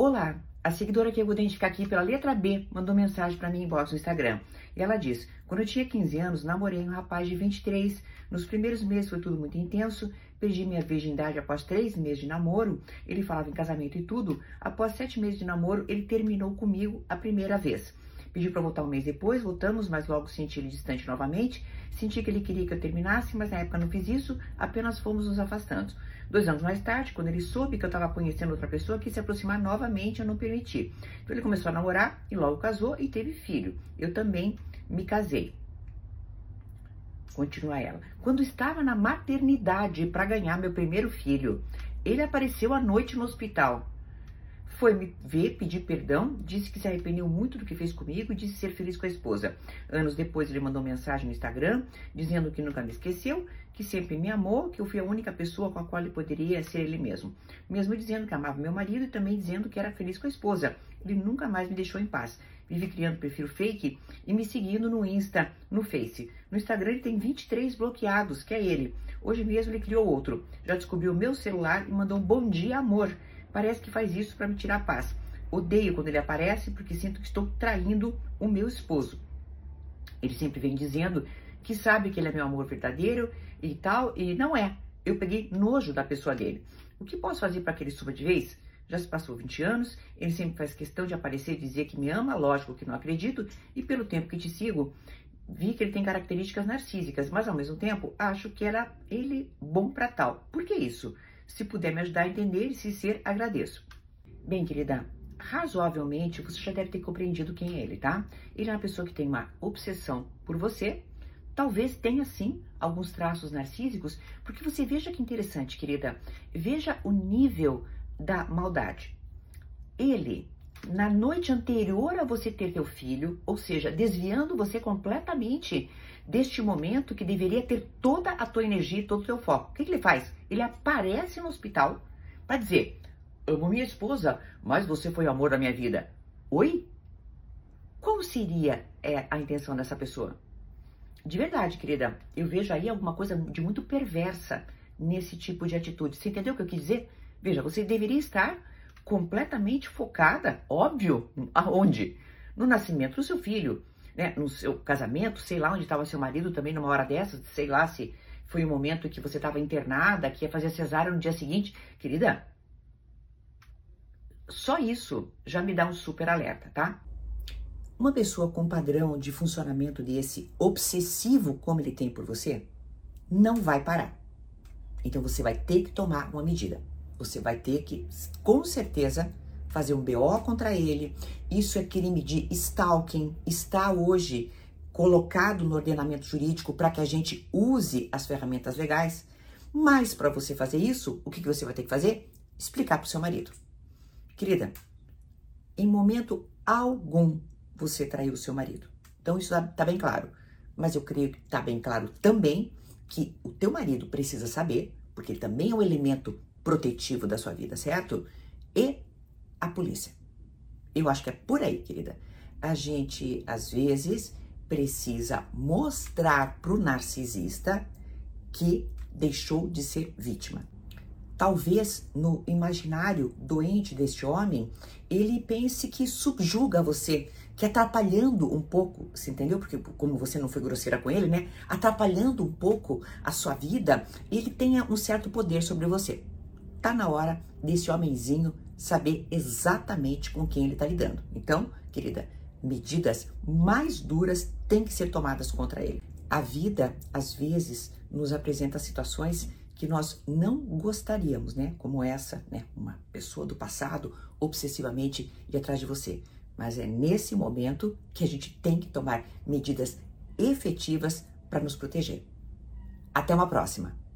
Olá, a seguidora que eu vou identificar aqui pela letra B mandou mensagem para mim em inbox no Instagram. E ela diz: quando eu tinha 15 anos, namorei um rapaz de 23. Nos primeiros meses foi tudo muito intenso. Perdi minha virgindade após 3 meses de namoro. Ele falava em casamento e tudo. Após 7 meses de namoro, ele terminou comigo a primeira vez. Pediu para voltar um mês depois, voltamos, mas logo senti ele distante novamente. Senti que ele queria que eu terminasse, mas na época não fiz isso, apenas fomos nos afastando. 2 anos mais tarde, quando ele soube que eu estava conhecendo outra pessoa, quis se aproximar novamente, eu não permiti. Então ele começou a namorar e logo casou e teve filho. Eu também me casei. Continua ela. Quando estava na maternidade para ganhar meu primeiro filho, ele apareceu à noite no hospital. Foi me ver, pedir perdão, disse que se arrependeu muito do que fez comigo e disse ser feliz com a esposa. Anos depois ele mandou mensagem no Instagram, dizendo que nunca me esqueceu, que sempre me amou, que eu fui a única pessoa com a qual ele poderia ser ele mesmo. Mesmo dizendo que amava meu marido e também dizendo que era feliz com a esposa. Ele nunca mais me deixou em paz. Vive criando perfil fake e me seguindo no Insta, no Face. No Instagram ele tem 23 bloqueados, que é ele. Hoje mesmo ele criou outro. Já descobriu o meu celular e mandou um bom dia, amor. Parece que faz isso para me tirar a paz. Odeio quando ele aparece porque sinto que estou traindo o meu esposo. Ele sempre vem dizendo que sabe que ele é meu amor verdadeiro e tal, e não é. Eu peguei nojo da pessoa dele. O que posso fazer para que ele suba de vez? Já se passou 20 anos, ele sempre faz questão de aparecer e dizer que me ama, lógico que não acredito, e pelo tempo que te sigo, vi que ele tem características narcísicas, mas ao mesmo tempo acho que era ele bom para tal. Por que isso? Se puder me ajudar a entender e se ser, agradeço. Bem, querida, razoavelmente você já deve ter compreendido quem é ele, tá? Ele é uma pessoa que tem uma obsessão por você, talvez tenha sim alguns traços narcísicos, porque você veja que interessante, querida, veja o nível da maldade. Ele, na noite anterior a você ter teu filho, ou seja, desviando você completamente deste momento que deveria ter toda a tua energia e todo o teu foco. O que ele faz? Ele aparece no hospital para dizer: amo minha esposa, mas você foi o amor da minha vida. Oi? Qual seria a intenção dessa pessoa? De verdade, querida, eu vejo aí alguma coisa de muito perversa nesse tipo de atitude. Você entendeu o que eu quis dizer? Veja, você deveria estar completamente focada, óbvio, aonde? No nascimento do seu filho, né? No seu casamento, sei lá onde estava seu marido também numa hora dessas, sei lá se foi o momento em que você estava internada, que ia fazer cesárea no dia seguinte. Querida, só isso já me dá um super alerta, tá? Uma pessoa com padrão de funcionamento desse obsessivo como ele tem por você, não vai parar. Então você vai ter que tomar uma medida. Você vai ter que, com certeza, fazer um BO contra ele. Isso é crime de stalking. Está hoje colocado no ordenamento jurídico para que a gente use as ferramentas legais. Mas para você fazer isso, o que você vai ter que fazer? Explicar para o seu marido. Querida, em momento algum você traiu o seu marido. Então isso está bem claro. Mas eu creio que está bem claro também que o teu marido precisa saber, porque ele também é um elemento protetivo da sua vida, certo? E a polícia. Eu acho que é por aí, querida. A gente, às vezes, precisa mostrar pro narcisista que deixou de ser vítima. Talvez no imaginário doente deste homem, ele pense que subjuga você, que atrapalhando um pouco, você entendeu? Porque como você não foi grosseira com ele, né? Atrapalhando um pouco a sua vida, ele tenha um certo poder sobre você. Tá na hora desse homenzinho saber exatamente com quem ele tá lidando. Então, querida, medidas mais duras têm que ser tomadas contra ele. A vida, às vezes, nos apresenta situações que nós não gostaríamos, né? Como essa, né? Uma pessoa do passado obsessivamente ir atrás de você. Mas é nesse momento que a gente tem que tomar medidas efetivas para nos proteger. Até uma próxima!